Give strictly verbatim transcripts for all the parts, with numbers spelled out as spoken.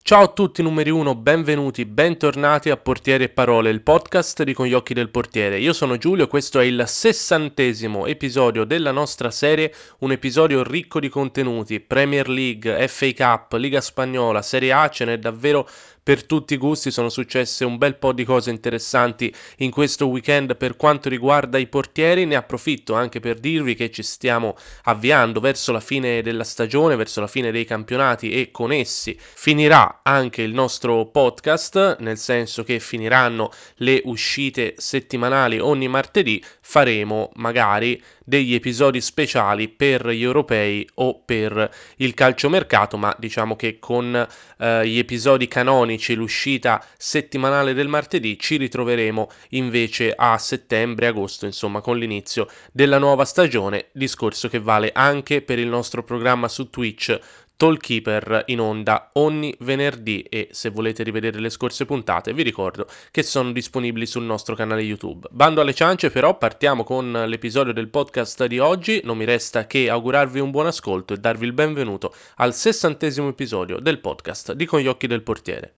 Ciao a tutti numeri uno, benvenuti, bentornati a Portiere e Parole, il podcast di Con gli occhi del portiere. Io sono Giulio, questo è il sessantesimo episodio della nostra serie, un episodio ricco di contenuti, Premier League, F A Cup, Liga Spagnola, Serie A, ce n'è davvero per tutti i gusti, sono successe un bel po' di cose interessanti in questo weekend per quanto riguarda i portieri. Ne approfitto anche per dirvi che ci stiamo avviando verso la fine della stagione, verso la fine dei campionati e con essi finirà anche il nostro podcast, nel senso che finiranno le uscite settimanali ogni martedì. Faremo magari degli episodi speciali per gli europei o per il calciomercato, ma diciamo che con eh, gli episodi canonici, l'uscita settimanale del martedì, ci ritroveremo invece a settembre, agosto, insomma con l'inizio della nuova stagione, discorso che vale anche per il nostro programma su Twitch Talkeeper, in onda ogni venerdì, e se volete rivedere le scorse puntate vi ricordo che sono disponibili sul nostro canale YouTube. Bando alle ciance, però partiamo con l'episodio del podcast di oggi. Non mi resta che augurarvi un buon ascolto e darvi il benvenuto al sessantesimo episodio del podcast di Con gli occhi del portiere.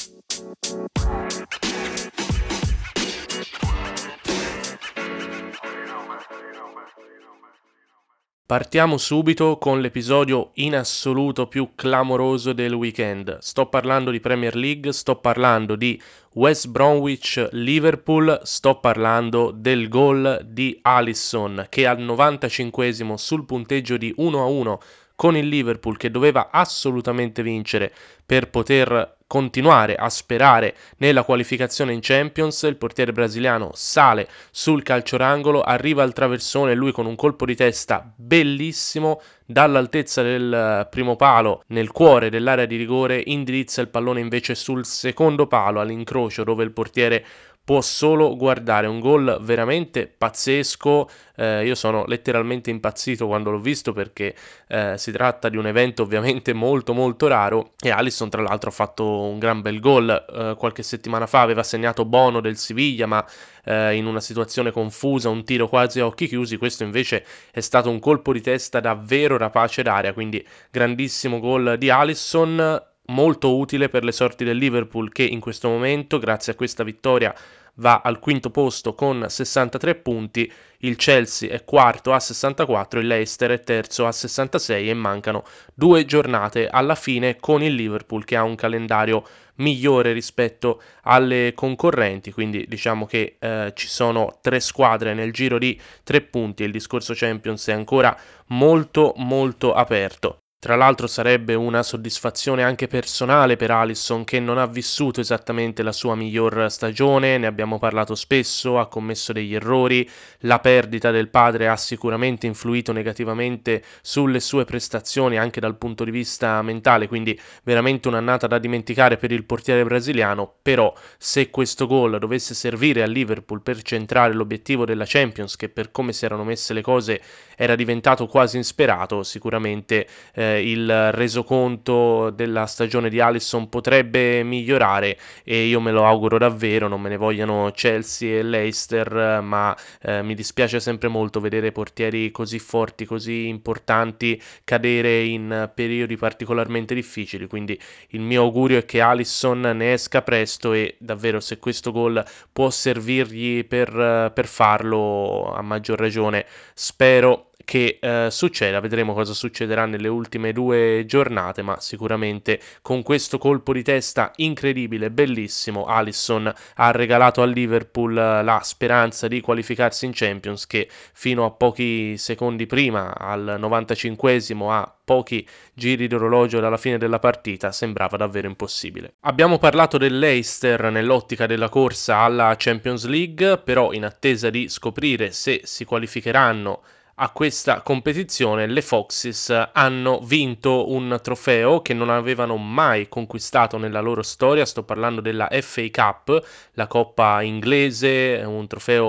Partiamo subito con l'episodio in assoluto più clamoroso del weekend. Sto parlando di Premier League, sto parlando di West Bromwich Liverpool, sto parlando del gol di Alisson che al novantacinquesimo sul punteggio di uno a uno con il Liverpool, che doveva assolutamente vincere per poter continuare a sperare nella qualificazione in Champions, il portiere brasiliano sale sul calciorangolo, arriva al traversone, lui con un colpo di testa bellissimo dall'altezza del primo palo nel cuore dell'area di rigore, indirizza il pallone invece sul secondo palo all'incrocio, dove il portiere può solo guardare. Un gol veramente pazzesco. Eh, io sono letteralmente impazzito quando l'ho visto, perché eh, si tratta di un evento ovviamente molto molto raro, e Alisson tra l'altro ha fatto un gran bel gol. Eh, qualche settimana fa aveva segnato Bono del Siviglia, ma eh, in una situazione confusa, un tiro quasi a occhi chiusi. Questo invece è stato un colpo di testa davvero rapace d'aria, quindi grandissimo gol di Alisson, molto utile per le sorti del Liverpool, che in questo momento, grazie a questa vittoria, va al quinto posto con sessantatré punti. Il Chelsea è quarto a sessantaquattro, il Leicester è terzo a sessantasei, e mancano due giornate alla fine, con il Liverpool che ha un calendario migliore rispetto alle concorrenti, quindi diciamo che eh, ci sono tre squadre nel giro di tre punti e il discorso Champions è ancora molto molto aperto. Tra l'altro sarebbe una soddisfazione anche personale per Alisson, che non ha vissuto esattamente la sua miglior stagione, ne abbiamo parlato spesso, ha commesso degli errori, la perdita del padre ha sicuramente influito negativamente sulle sue prestazioni anche dal punto di vista mentale, quindi veramente un'annata da dimenticare per il portiere brasiliano. Però se questo gol dovesse servire al Liverpool per centrare l'obiettivo della Champions, che per come si erano messe le cose era diventato quasi insperato, sicuramente eh, il resoconto della stagione di Alisson potrebbe migliorare, e io me lo auguro davvero. Non me ne vogliano Chelsea e Leicester, ma eh, mi dispiace sempre molto vedere portieri così forti, così importanti cadere in periodi particolarmente difficili, quindi il mio augurio è che Alisson ne esca presto, e davvero, se questo gol può servirgli per, per farlo, a maggior ragione spero che eh, succeda. Vedremo cosa succederà nelle ultime due giornate, ma sicuramente con questo colpo di testa incredibile, bellissimo, Alisson ha regalato al Liverpool la speranza di qualificarsi in Champions, che fino a pochi secondi prima, al novantacinquesimo, a pochi giri d'orologio dalla fine della partita, sembrava davvero impossibile. Abbiamo parlato del Leicester nell'ottica della corsa alla Champions League, però in attesa di scoprire se si qualificheranno a questa competizione, le Foxes hanno vinto un trofeo che non avevano mai conquistato nella loro storia. Sto parlando della F A Cup, la coppa inglese, un trofeo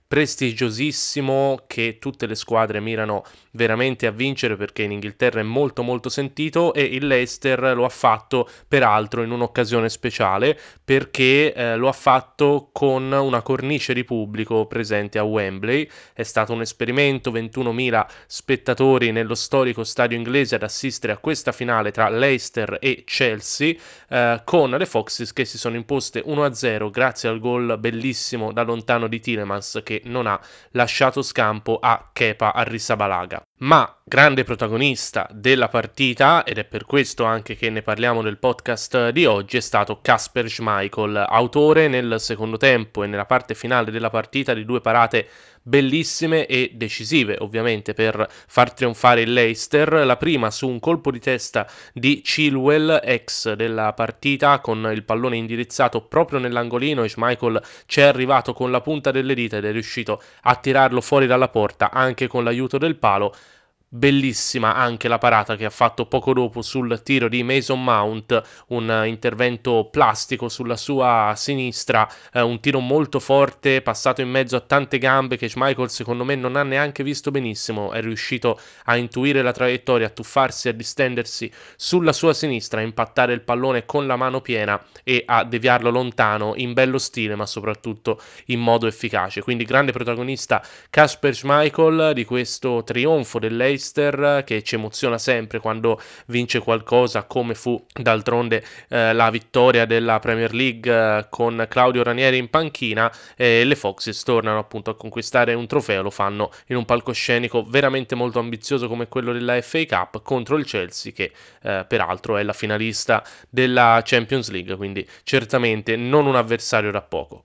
prestigiosissimo che tutte le squadre mirano veramente a vincere, perché in Inghilterra è molto molto sentito, e il Leicester lo ha fatto peraltro in un'occasione speciale, perché eh, lo ha fatto con una cornice di pubblico presente a Wembley. È stato un esperimento, ventunomila spettatori nello storico stadio inglese ad assistere a questa finale tra Leicester e Chelsea, eh, con le Foxes che si sono imposte uno a zero grazie al gol bellissimo da lontano di Tielemans, che non ha lasciato scampo a Kepa Arrizabalaga. Ma grande protagonista della partita, ed è per questo anche che ne parliamo nel podcast di oggi, è stato Kasper Schmeichel, autore nel secondo tempo e nella parte finale della partita di due parate bellissime e decisive, ovviamente, per far trionfare il Leicester. La prima su un colpo di testa di Chilwell, ex della partita, con il pallone indirizzato proprio nell'angolino, e Schmeichel ci è arrivato con la punta delle dita ed è riuscito a tirarlo fuori dalla porta anche con l'aiuto del palo. Bellissima anche la parata che ha fatto poco dopo sul tiro di Mason Mount, un intervento plastico sulla sua sinistra, eh, un tiro molto forte passato in mezzo a tante gambe che Schmeichel secondo me non ha neanche visto benissimo. È riuscito a intuire la traiettoria, a tuffarsi, a distendersi sulla sua sinistra, a impattare il pallone con la mano piena e a deviarlo lontano in bello stile, ma soprattutto in modo efficace. Quindi grande protagonista Kasper Schmeichel di questo trionfo del Leicester, che ci emoziona sempre quando vince qualcosa, come fu d'altronde eh, la vittoria della Premier League eh, con Claudio Ranieri in panchina. E le Foxes tornano appunto a conquistare un trofeo, lo fanno in un palcoscenico veramente molto ambizioso come quello della F A Cup contro il Chelsea, che eh, peraltro è la finalista della Champions League, quindi certamente non un avversario da poco.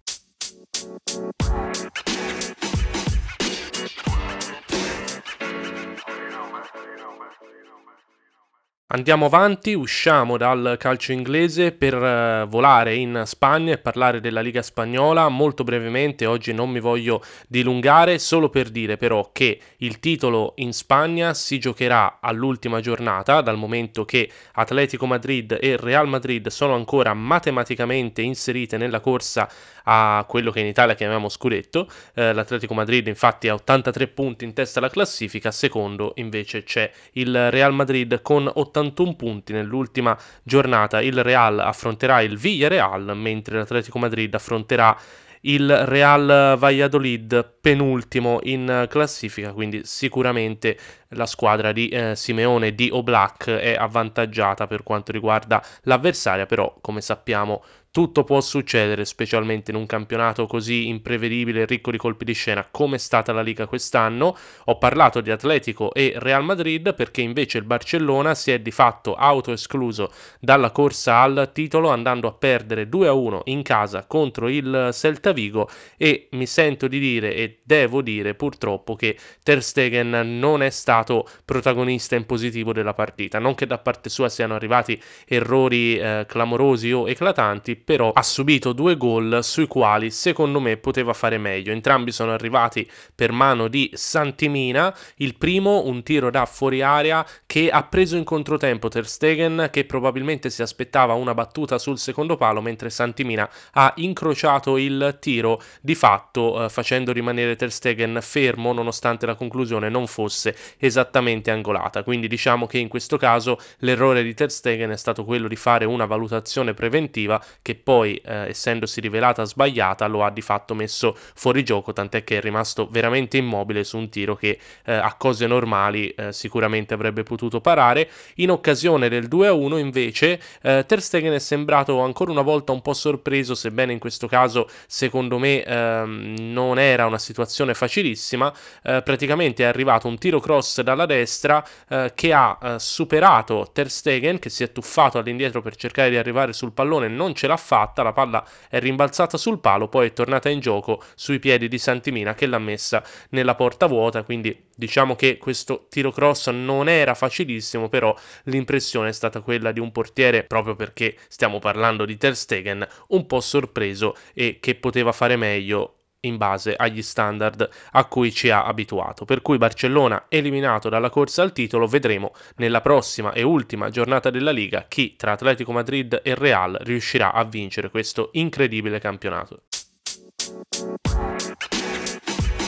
Andiamo avanti, usciamo dal calcio inglese per uh, volare in Spagna e parlare della Liga Spagnola molto brevemente. Oggi non mi voglio dilungare, solo per dire però che il titolo in Spagna si giocherà all'ultima giornata, dal momento che Atletico Madrid e Real Madrid sono ancora matematicamente inserite nella corsa a quello che in Italia chiamiamo scudetto. Eh, L'Atletico Madrid infatti ha ottantatré punti in testa alla classifica, secondo invece c'è il Real Madrid con ottantuno punti. Nell'ultima giornata il Real affronterà il Villarreal, mentre l'Atletico Madrid affronterà il Real Valladolid, penultimo in classifica, quindi sicuramente la squadra di eh, Simeone, di Oblak, è avvantaggiata per quanto riguarda l'avversaria, però come sappiamo tutto può succedere, specialmente in un campionato così imprevedibile e ricco di colpi di scena come è stata la Liga quest'anno. Ho parlato di Atletico e Real Madrid perché invece il Barcellona si è di fatto autoescluso dalla corsa al titolo, andando a perdere due a uno in casa contro il Celta Vigo, e mi sento di dire e devo dire purtroppo che Ter Stegen non è stato protagonista in positivo della partita. Non che da parte sua siano arrivati errori eh, clamorosi o eclatanti, però ha subito due gol sui quali secondo me poteva fare meglio. Entrambi sono arrivati per mano di Santimina. Il primo un tiro da fuori area che ha preso in controtempo Ter Stegen, che probabilmente si aspettava una battuta sul secondo palo, mentre Santimina ha incrociato il tiro di fatto eh, facendo rimanere Ter Stegen fermo, nonostante la conclusione non fosse esattamente angolata. Quindi diciamo che in questo caso l'errore di Ter Stegen è stato quello di fare una valutazione preventiva che poi, eh, essendosi rivelata sbagliata, lo ha di fatto messo fuori gioco, tant'è che è rimasto veramente immobile su un tiro che eh, a cose normali eh, sicuramente avrebbe potuto parare. In occasione del due a uno invece eh, Ter Stegen è sembrato ancora una volta un po' sorpreso, sebbene in questo caso secondo me ehm, non era una situazione facilissima. Eh, praticamente è arrivato un tiro cross dalla destra eh, che ha eh, superato Ter Stegen, che si è tuffato all'indietro per cercare di arrivare sul pallone, non ce l'ha fatta, la palla è rimbalzata sul palo, poi è tornata in gioco sui piedi di Santimina che l'ha messa nella porta vuota. Quindi diciamo che questo tiro cross non era facilissimo, però l'impressione è stata quella di un portiere, proprio perché stiamo parlando di Ter Stegen, un po' sorpreso e che poteva fare meglio in base agli standard a cui ci ha abituato. Per cui Barcellona eliminato dalla corsa al titolo. Vedremo nella prossima e ultima giornata della Liga chi tra Atletico Madrid e Real riuscirà a vincere questo incredibile campionato.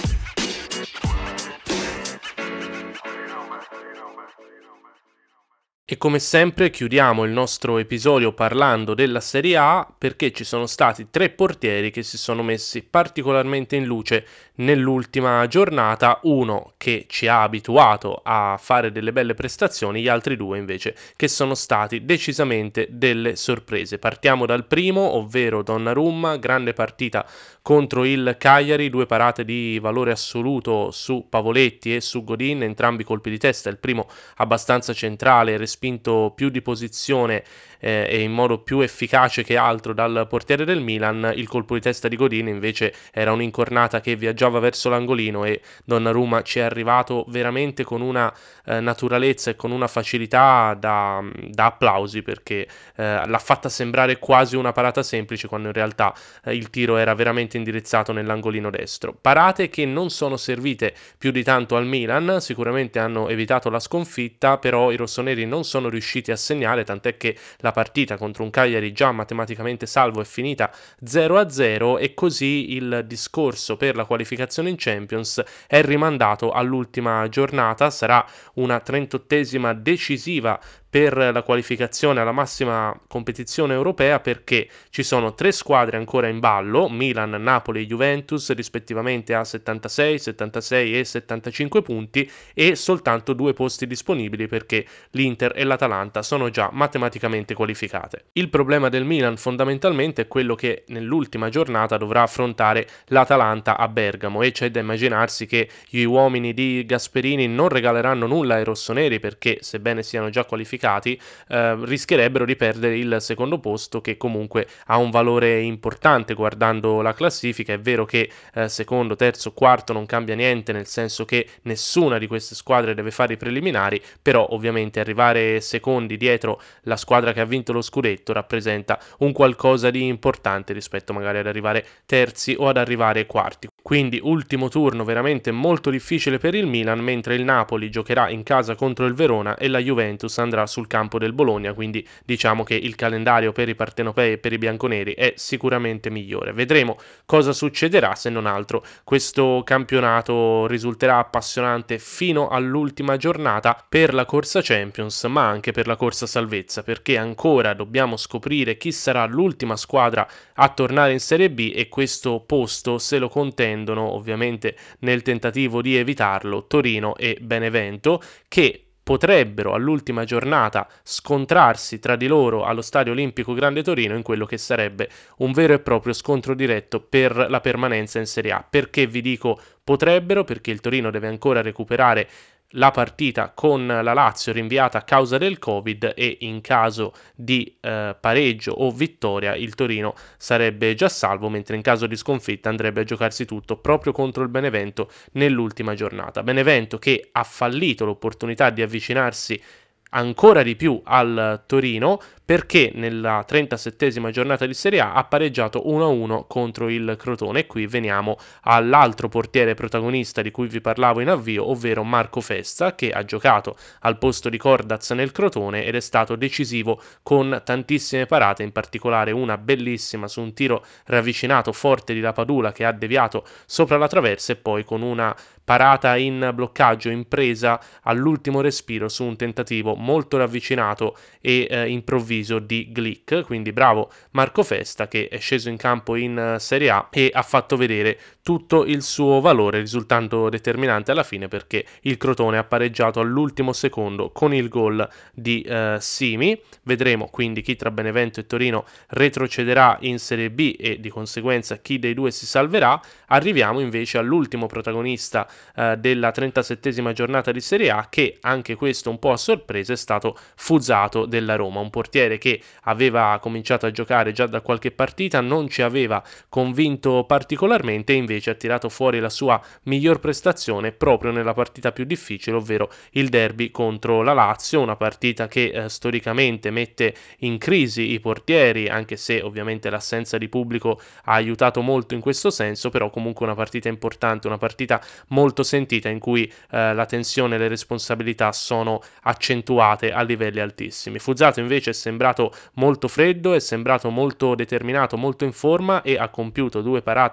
E come sempre chiudiamo il nostro episodio parlando della Serie A perché ci sono stati tre portieri che si sono messi particolarmente in luce nell'ultima giornata, uno che ci ha abituato a fare delle belle prestazioni, gli altri due invece che sono stati decisamente delle sorprese. Partiamo dal primo, ovvero Donnarumma, grande partita contro il Cagliari, due parate di valore assoluto su Pavoletti e su Godin, entrambi colpi di testa, il primo abbastanza centrale, respinto più di posizione eh, e in modo più efficace che altro dal portiere del Milan. Il colpo di testa di Godin invece era un'incornata che viaggiava verso l'angolino e Donnarumma ci è arrivato veramente con una eh, naturalezza e con una facilità da, da applausi, perché eh, l'ha fatta sembrare quasi una parata semplice quando in realtà eh, il tiro era veramente indirizzato nell'angolino destro. Parate che non sono servite più di tanto al Milan, sicuramente hanno evitato la sconfitta, però i rossoneri non sono riusciti a segnare, tant'è che la partita contro un Cagliari già matematicamente salvo è finita zero a zero e così il discorso per la qualificazione in Champions è rimandato all'ultima giornata. Sarà una trentottesima decisiva per la qualificazione alla massima competizione europea, perché ci sono tre squadre ancora in ballo, Milan, Napoli e Juventus, rispettivamente a settantasei, settantasei e settantacinque punti, e soltanto due posti disponibili perché l'Inter e l'Atalanta sono già matematicamente qualificate. Il problema del Milan fondamentalmente è quello che nell'ultima giornata dovrà affrontare l'Atalanta a Bergamo, e c'è da immaginarsi che gli uomini di Gasperini non regaleranno nulla ai rossoneri, perché sebbene siano già qualificati Eh, rischierebbero di perdere il secondo posto, che comunque ha un valore importante guardando la classifica. È vero che eh, secondo, terzo, quarto non cambia niente, nel senso che nessuna di queste squadre deve fare i preliminari, però ovviamente arrivare secondi dietro la squadra che ha vinto lo scudetto rappresenta un qualcosa di importante rispetto magari ad arrivare terzi o ad arrivare quarti. Quindi ultimo turno veramente molto difficile per il Milan, mentre il Napoli giocherà in casa contro il Verona e la Juventus andrà sul campo del Bologna, quindi diciamo che il calendario per i partenopei e per i bianconeri è sicuramente migliore. Vedremo cosa succederà, se non altro questo campionato risulterà appassionante fino all'ultima giornata per la corsa Champions, ma anche per la corsa salvezza, perché ancora dobbiamo scoprire chi sarà l'ultima squadra a tornare in Serie B, e questo posto se lo contendono, ovviamente nel tentativo di evitarlo, Torino e Benevento, che potrebbero all'ultima giornata scontrarsi tra di loro allo Stadio Olimpico Grande Torino in quello che sarebbe un vero e proprio scontro diretto per la permanenza in Serie A. Perché vi dico potrebbero? Perché il Torino deve ancora recuperare la partita con la Lazio rinviata a causa del Covid, e in caso di eh, pareggio o vittoria il Torino sarebbe già salvo, mentre in caso di sconfitta andrebbe a giocarsi tutto proprio contro il Benevento nell'ultima giornata. Benevento che ha fallito l'opportunità di avvicinarsi ancora di più al Torino, perché nella trentasettesima giornata di Serie A ha pareggiato uno a uno contro il Crotone. E qui veniamo all'altro portiere protagonista di cui vi parlavo in avvio, ovvero Marco Festa, che ha giocato al posto di Cordaz nel Crotone ed è stato decisivo con tantissime parate, in particolare una bellissima su un tiro ravvicinato forte di Lapadula che ha deviato sopra la traversa, e poi con una parata in bloccaggio impresa all'ultimo respiro su un tentativo molto ravvicinato e eh, improvviso di Glick. Quindi bravo Marco Festa, che è sceso in campo in uh, Serie A e ha fatto vedere tutto il suo valore, risultando determinante alla fine, perché il Crotone ha pareggiato all'ultimo secondo con il gol di uh, Simi. Vedremo quindi chi tra Benevento e Torino retrocederà in Serie B e di conseguenza chi dei due si salverà. Arriviamo invece all'ultimo protagonista uh, della trentasettesima giornata di Serie A, che anche questo un po' a sorpresa è stato Fusato della Roma, un portiere che aveva cominciato a giocare già da qualche partita, non ci aveva convinto particolarmente, e invece ha tirato fuori la sua miglior prestazione proprio nella partita più difficile, ovvero il derby contro la Lazio, una partita che eh, storicamente mette in crisi i portieri, anche se ovviamente l'assenza di pubblico ha aiutato molto in questo senso, però comunque una partita importante, una partita molto sentita in cui eh, la tensione e le responsabilità sono accentuate a livelli altissimi. Fusato invece è sembrato molto freddo, è sembrato molto determinato, molto in forma, e ha compiuto due parate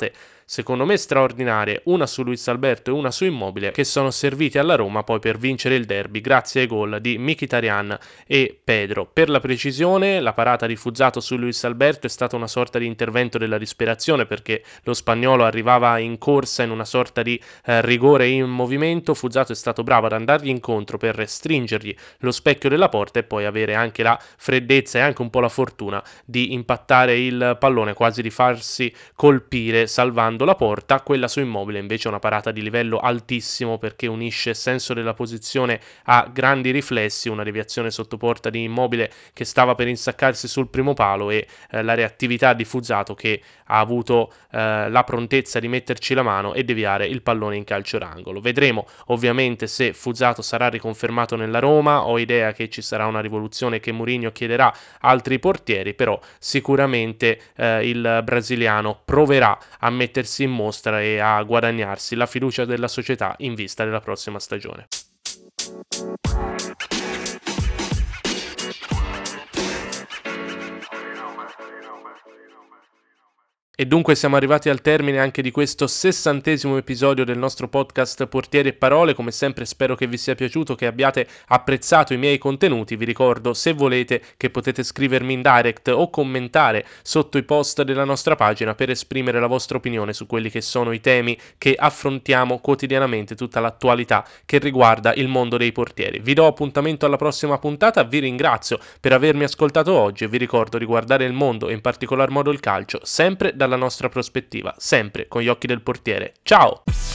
secondo me straordinarie, una su Luis Alberto e una su Immobile, che sono serviti alla Roma poi per vincere il derby grazie ai gol di Mkhitaryan e Pedro. Per la precisione, la parata di Fuzato su Luis Alberto è stata una sorta di intervento della disperazione, perché lo spagnolo arrivava in corsa in una sorta di eh, rigore in movimento. Fuzato è stato bravo ad andargli incontro per restringergli lo specchio della porta e poi avere anche la freddezza e anche un po' la fortuna di impattare il pallone, quasi di farsi colpire salvando la porta. Quella su Immobile invece è una parata di livello altissimo, perché unisce senso della posizione a grandi riflessi, una deviazione sotto porta di Immobile che stava per insaccarsi sul primo palo e eh, la reattività di Fuzato che ha avuto eh, la prontezza di metterci la mano e deviare il pallone in calcio d'angolo. Vedremo ovviamente se Fuzato sarà riconfermato nella Roma. Ho idea che ci sarà una rivoluzione, che Mourinho chiederà altri portieri, però sicuramente eh, il brasiliano proverà a mettersi in mostra e a guadagnarsi la fiducia della società in vista della prossima stagione. E dunque siamo arrivati al termine anche di questo sessantesimo episodio del nostro podcast Portieri e Parole. Come sempre spero che vi sia piaciuto, che abbiate apprezzato i miei contenuti. Vi ricordo, se volete, che potete scrivermi in direct o commentare sotto i post della nostra pagina per esprimere la vostra opinione su quelli che sono i temi che affrontiamo quotidianamente, tutta l'attualità che riguarda il mondo dei portieri. Vi do appuntamento alla prossima puntata, vi ringrazio per avermi ascoltato oggi e vi ricordo di guardare il mondo e in particolar modo il calcio sempre dalla nostra prospettiva, sempre con gli occhi del portiere. Ciao!